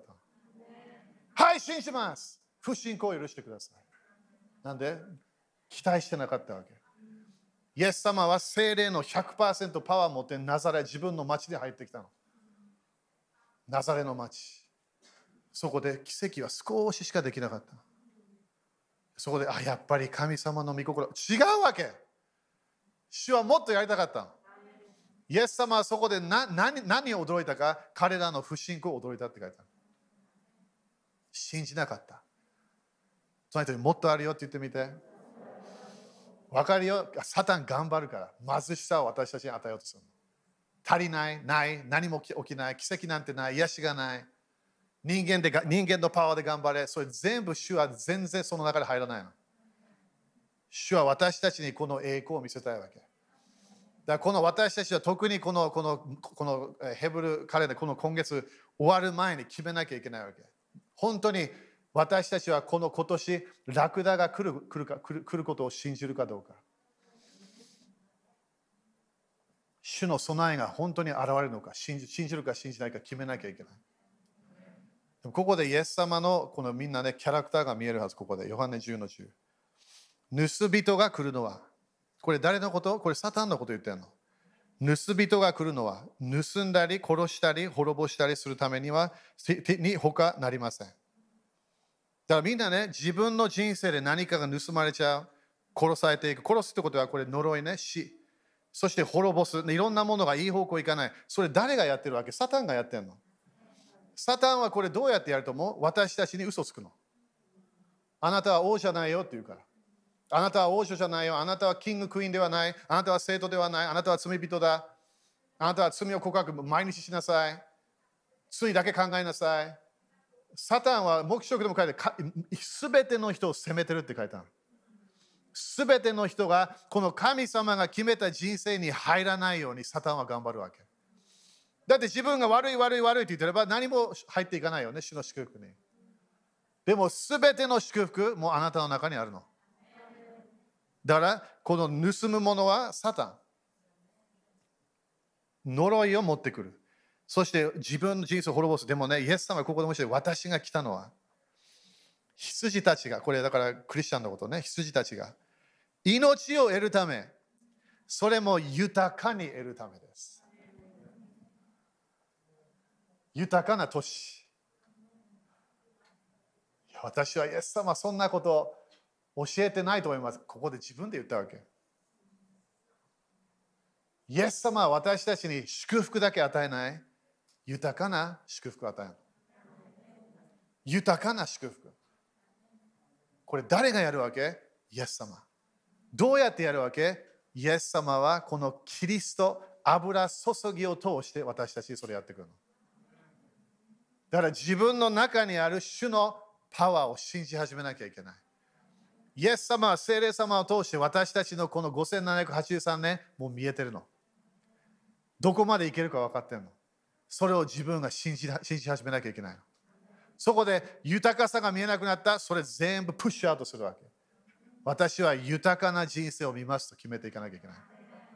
はい、信じます。不信仰を許してください。なんで期待してなかったわけ。イエス様は聖霊の ひゃくパーセント パワーを持ってナザレ、自分の町に入ってきたの。ナザレの町。そこで奇跡は少ししかできなかった。 そこで、あ、やっぱり神様の御心、違うわけ。主はもっとやりたかったの。イエス様はそこで何何何を驚いたか、彼らの不信仰を驚いたって書いてある。信じなかった。その人にもっとあるよって言ってみて。わかるよ。サタン頑張るから。貧しさを私たちに与えようとするの。足りない、ない、何も起きない、奇跡なんてない、癒しがない。人間で人間のパワーで頑張れ。それ全部主は全然その中で入らないの。主は私たちにこの栄光を見せたいわけ。だからこの私たちは特にこのこのこのヘブルカレンダー、この今月終わる前に決めなきゃいけないわけ。本当に私たちはこの今年ラクダが来る来るか来る来ることを信じるかどうか。主の備えが本当に現れるのか、信じ、信じるか信じないか決めなきゃいけない。でもここでイエス様のこのみんなね、キャラクターが見えるはず、ここで。ヨハネじゅうのじゅう。盗人が来るのは、これ誰のこと？これサタンのこと言ってるの。盗人が来るのは、盗んだり殺したり滅ぼしたりするためには、に他なりません。だからみんなね、自分の人生で何かが盗まれちゃう、殺されていく。殺すってことはこれ呪いね、死。そして滅ぼす。いろんなものがいい方向行かない。それ誰がやってるわけ？サタンがやってるの。サタンはこれどうやってやると思う？私たちに嘘つくの。あなたは王じゃないよって言うから。あなたは王女じゃないよ。あなたはキングクイーンではない。あなたは生徒ではない。あなたは罪人だ。あなたは罪を告白毎日しなさい。罪だけ考えなさい。サタンは黙示録でも書いて、すべての人を責めてるって書いてある。すべての人がこの神様が決めた人生に入らないようにサタンは頑張るわけ。だって自分が悪い悪い悪いって言ってれば何も入っていかないよね、主の祝福に。でもすべての祝福もあなたの中にあるの。だからこの盗むものはサタン。呪いを持ってくる。そして自分の人生を滅ぼす。でもね、イエス様はここでもして私が来たのは羊たちが、これだからクリスチャンのことね、羊たちが命を得るため、それも豊かに得るためです。豊かな年。いや私はイエス様はそんなこと教えてないと思います。ここで自分で言ったわけ。イエス様は私たちに祝福だけ与えない、豊かな祝福を与える。豊かな祝福。これ誰がやるわけ？イエス様。どうやってやるわけ？イエス様はこのキリスト、油注ぎを通して私たちにそれやってくるの。だから自分の中にある主のパワーを信じ始めなきゃいけない。イエス様は聖霊様を通して私たちのこのごせんななひゃくはちじゅうさんねんもう見えてるの。どこまでいけるか分かってるの。それを自分が信じ、信じ始めなきゃいけないの。そこで豊かさが見えなくなった、それ全部プッシュアウトするわけ。私は豊かな人生を見ますと決めていかなきゃいけない。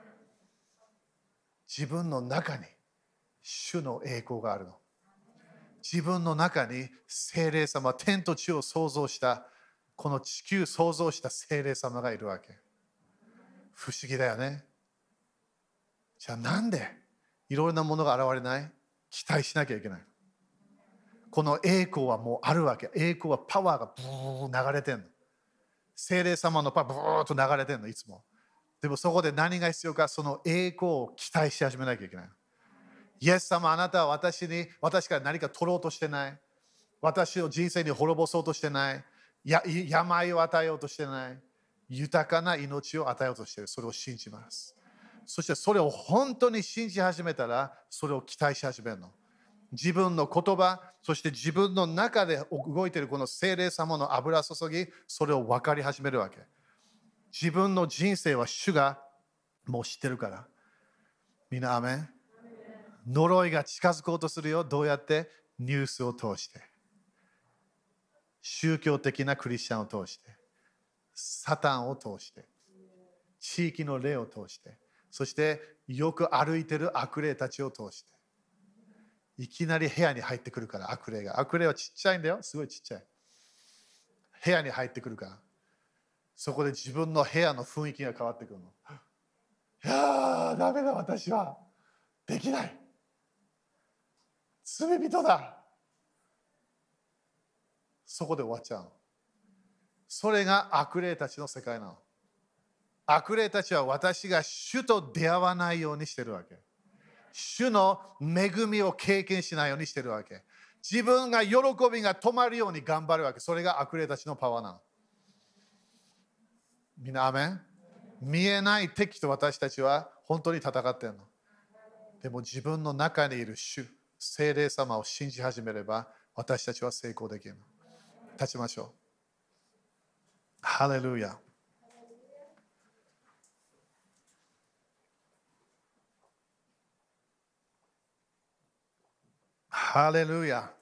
自分の中に主の栄光があるの。自分の中に聖霊様、天と地を創造した、この地球創造した聖霊様がいるわけ。不思議だよね。じゃあなんでいろいろなものが現れない？期待しなきゃいけない。この栄光はもうあるわけ。栄光はパワーがブー流れてんの。聖霊様のパワーブーっと流れてんの、いつも。でもそこで何が必要か、その栄光を期待し始めなきゃいけない。イエス様、あなたは私に、私から何か取ろうとしてない。私を人生に滅ぼそうとしてない。や病を与えようとしてない。豊かな命を与えようとしている。それを信じます。そしてそれを本当に信じ始めたら、それを期待し始めるの。自分の言葉、そして自分の中で動いているこの聖霊様の油注ぎ、それを分かり始めるわけ。自分の人生は主がもう知ってるから。みんなアメン。呪いが近づこうとするよ。どうやって？ニュースを通して。宗教的なクリスチャンを通して。サタンを通して。地域の霊を通して。そしてよく歩いている悪霊たちを通して。いきなり部屋に入ってくるから悪霊が。悪霊はちっちゃいんだよ。すごいちっちゃい。部屋に入ってくるから。そこで自分の部屋の雰囲気が変わってくるの。いやー、ダメだ、私は。できない。罪人だ。そこで終わっちゃうの。 それが悪霊たちの世界なの。悪霊たちは私が主と出会わないようにしてるわけ。主の恵みを経験しないようにしてるわけ。自分が喜びが止まるように頑張るわけ。それが悪霊たちのパワーなの。みんなアメン。見えない敵と私たちは本当に戦ってるの。でも自分の中にいる主、聖霊様を信じ始めれば私たちは成功できるの。立ちましょう。ハレルヤ。ハレルヤ。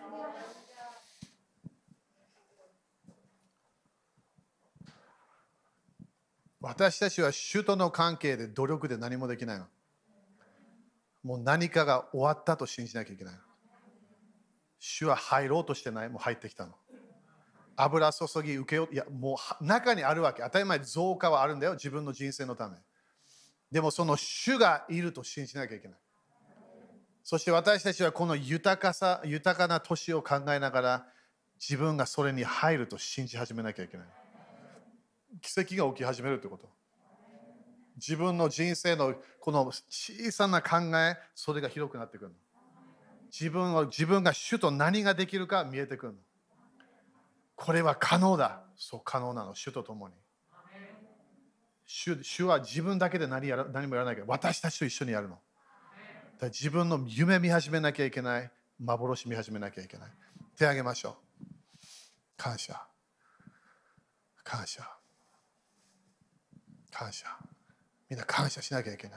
私たちは主との関係で努力で何もできないの。もう何かが終わったと信じなきゃいけないの。主は入ろうとしてない、もう入ってきたの。油注ぎ受けよう、いやもう中にあるわけ。当たり前増加はあるんだよ、自分の人生のため。でもその主がいると信じなきゃいけない。そして私たちはこの豊かさ、豊かな年を考えながら自分がそれに入ると信じ始めなきゃいけない。奇跡が起き始めるということ。自分の人生のこの小さな考え、それが広くなってくるの。自分を自分が主と何ができるか見えてくるの。これは可能だ。そう可能なの。主と共に。主, 主は自分だけで 何, やら何もやらないけど、私たちと一緒にやるの。だから自分の夢見始めなきゃいけない。幻見始めなきゃいけない。手を挙げましょう。感謝。感謝。感謝。みんな感謝しなきゃいけない。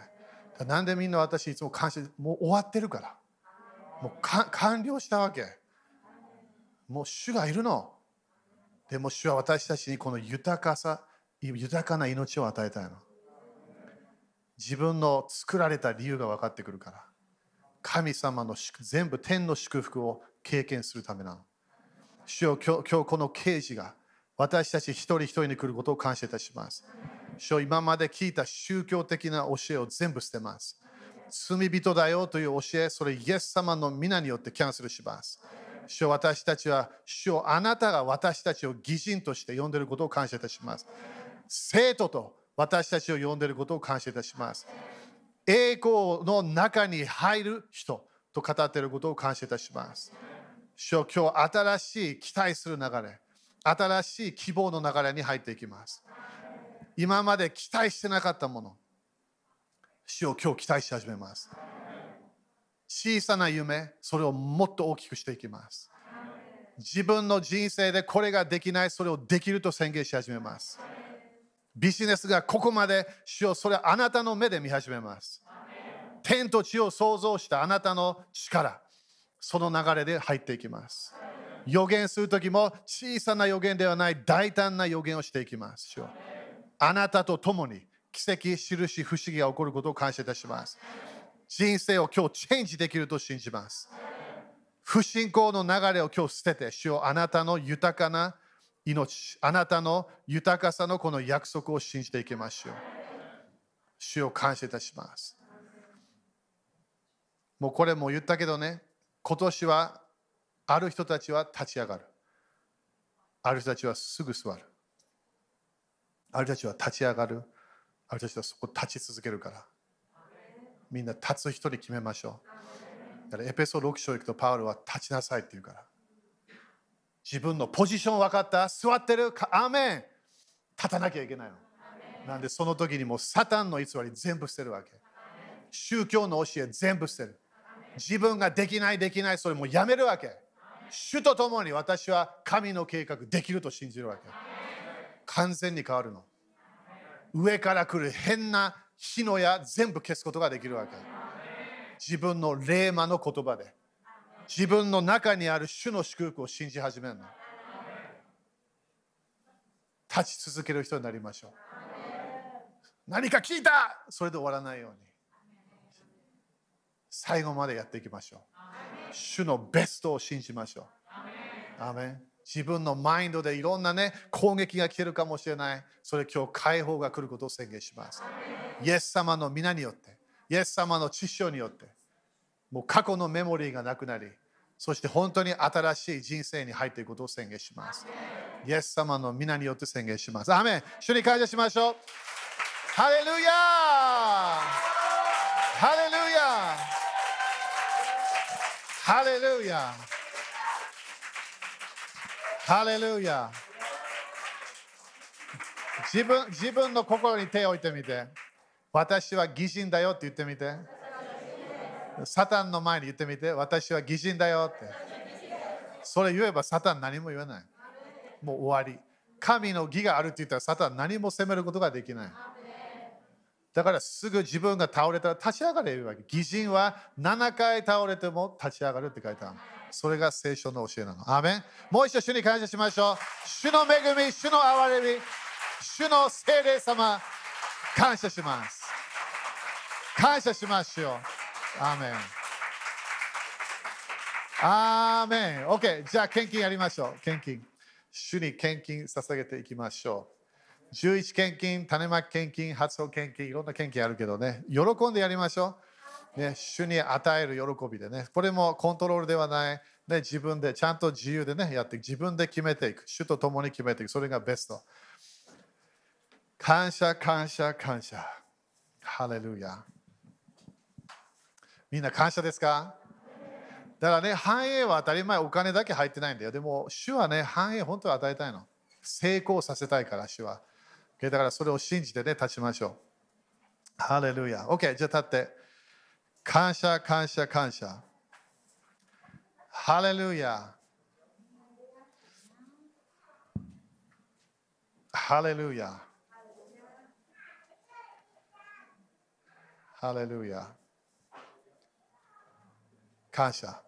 なんでみんな私いつも感謝、もう終わってるから。もうか完了したわけ。もう主がいるの。でも主は私たちにこの豊かさ、豊かな命を与えたいの。自分の作られた理由が分かってくるから。神様の全部天の祝福を経験するためなの。主よ、今日、今日この啓示が私たち一人一人に来ることを感謝いたします。主よ、今まで聞いた宗教的な教えを全部捨てます。罪人だよという教え、それイエス様の皆によってキャンセルします。主よ、私たちは、主よ、あなたが私たちを義人として呼んでいることを感謝いたします。生徒と私たちを呼んでいることを感謝いたします。栄光の中に入る人と語っていることを感謝いたします。主よ、今日新しい期待する流れ、新しい希望の流れに入っていきます。今まで期待してなかったもの、主を今日期待し始めます。小さな夢、それをもっと大きくしていきます。自分の人生でこれができない、それをできると宣言し始めます。ビジネスがここまで、主よ、それはあなたの目で見始めます。天と地を創造したあなたの力、その流れで入っていきます。予言するときも小さな予言ではない大胆な予言をしていきます。主よ、あなたと共に奇跡、印、不思議が起こることを感謝いたします。人生を今日チェンジできると信じます。不信仰の流れを今日捨てて、主よ、あなたの豊かな命、あなたの豊かさのこの約束を信じていきましょう。主を感謝いたします。もうこれも言ったけどね、今年はある人たちは立ち上がる。ある人たちはすぐ座る。ある人たちは立ち上がる。ある人たちはそこ立ち続けるから。みんな立つ一人決めましょう。だからエペソろく章行くとパウロは立ちなさいって言うから。自分のポジション分かった？座ってるか？アーメン。立たなきゃいけないの。なんでその時にもうサタンの偽り全部捨てるわけ。宗教の教え全部捨てる。自分ができないできない、それもやめるわけ。主と共に私は神の計画できると信じるわけ。完全に変わるの。上から来る変な火の矢全部消すことができるわけ。自分の霊魔の言葉で自分の中にある主の祝福を信じ始めるの。立ち続ける人になりましょう。何か聞いた、それで終わらないように最後までやっていきましょう。主のベストを信じましょう。アーメン。自分のマインドでいろんなね攻撃が来てるかもしれない。それ今日解放が来ることを宣言します。イエス様の皆によって、イエス様の知性によって、もう過去のメモリーがなくなり、そして本当に新しい人生に入っていくことを宣言します。 イエス様の皆によって宣言します。アーメン。主に感謝しましょう。ハレルヤハレルヤハレルヤハレルヤ。自分、自分の心に手を置いてみて。私は義人だよって言ってみて。サタンの前に言ってみて。私は義人だよって。それ言えばサタン何も言わない。もう終わり。神の義があるって言ったらサタン何も責めることができない。だからすぐ自分が倒れたら立ち上がれるわけ。義人はななかい倒れても立ち上がるって書いてある。それが聖書の教えなの。アーメン。もう一度主に感謝しましょう。主の恵み、主の憐れみ、主の聖霊様、感謝します。感謝しましょう。アーメン。アーメン。OK。じゃあ献金やりましょう。献金。主に献金捧げていきましょう。じゅういち献金、種まき献金、発音献金、いろんな献金あるけどね、喜んでやりましょう。ね、主に与える喜びでね、これもコントロールではない、ね、自分でちゃんと自由でね、やっていく、自分で決めていく、主と共に決めていく、それがベスト。感謝、感謝、感謝。ハレルヤ。みんな感謝ですか？だからね、繁栄は当たり前、お金だけ入ってないんだよ。でも、主はね、繁栄本当は与えたいの。成功させたいから、主は。だからそれを信じてね、立ちましょう。ハレルヤ。OK、じゃあ立って。感謝、感謝、感謝。ハレルヤ。ハレルヤ。ハレルヤ。感謝。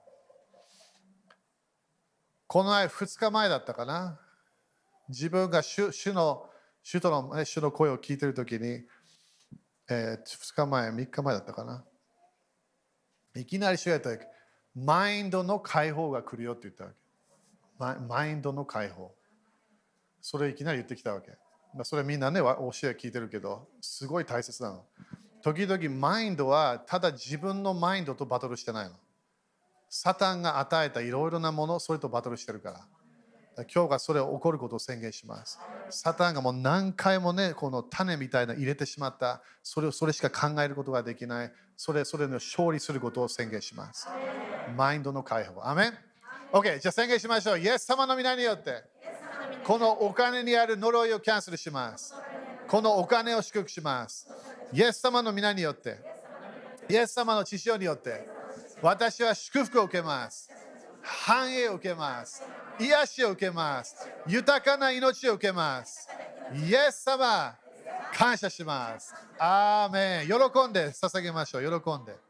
この前、ふつかまえだったかな。自分が 主, 主の主との、ね、主の声を聞いているときに、えー、ふつかまえ、みっかまえだったかな。いきなり主が言ったわけ。マインドの解放が来るよって言ったわけ。マ, マインドの解放。それいきなり言ってきたわけ。それみんなね、教え聞いてるけど、すごい大切なの。時々マインドはただ自分のマインドとバトルしてないの。サタンが与えたいろいろなもの、それとバトルしてるから。今日がそれを起こることを宣言します。サタンがもう何回もね、この種みたいな入れてしまった、それをそれしか考えることができない、それそれの勝利することを宣言します。マインドの解放。アメン。OK、じゃあ宣言しましょう。イエス様の皆によって、このお金にある呪いをキャンセルします。このお金を祝福します。イエス様の皆によって、イエス様の血潮によって、私は祝福を受けます。繁栄を受けます。癒しを受けます。豊かな命を受けます。イエス様、感謝します。アーメン。喜んで捧げましょう。喜んで。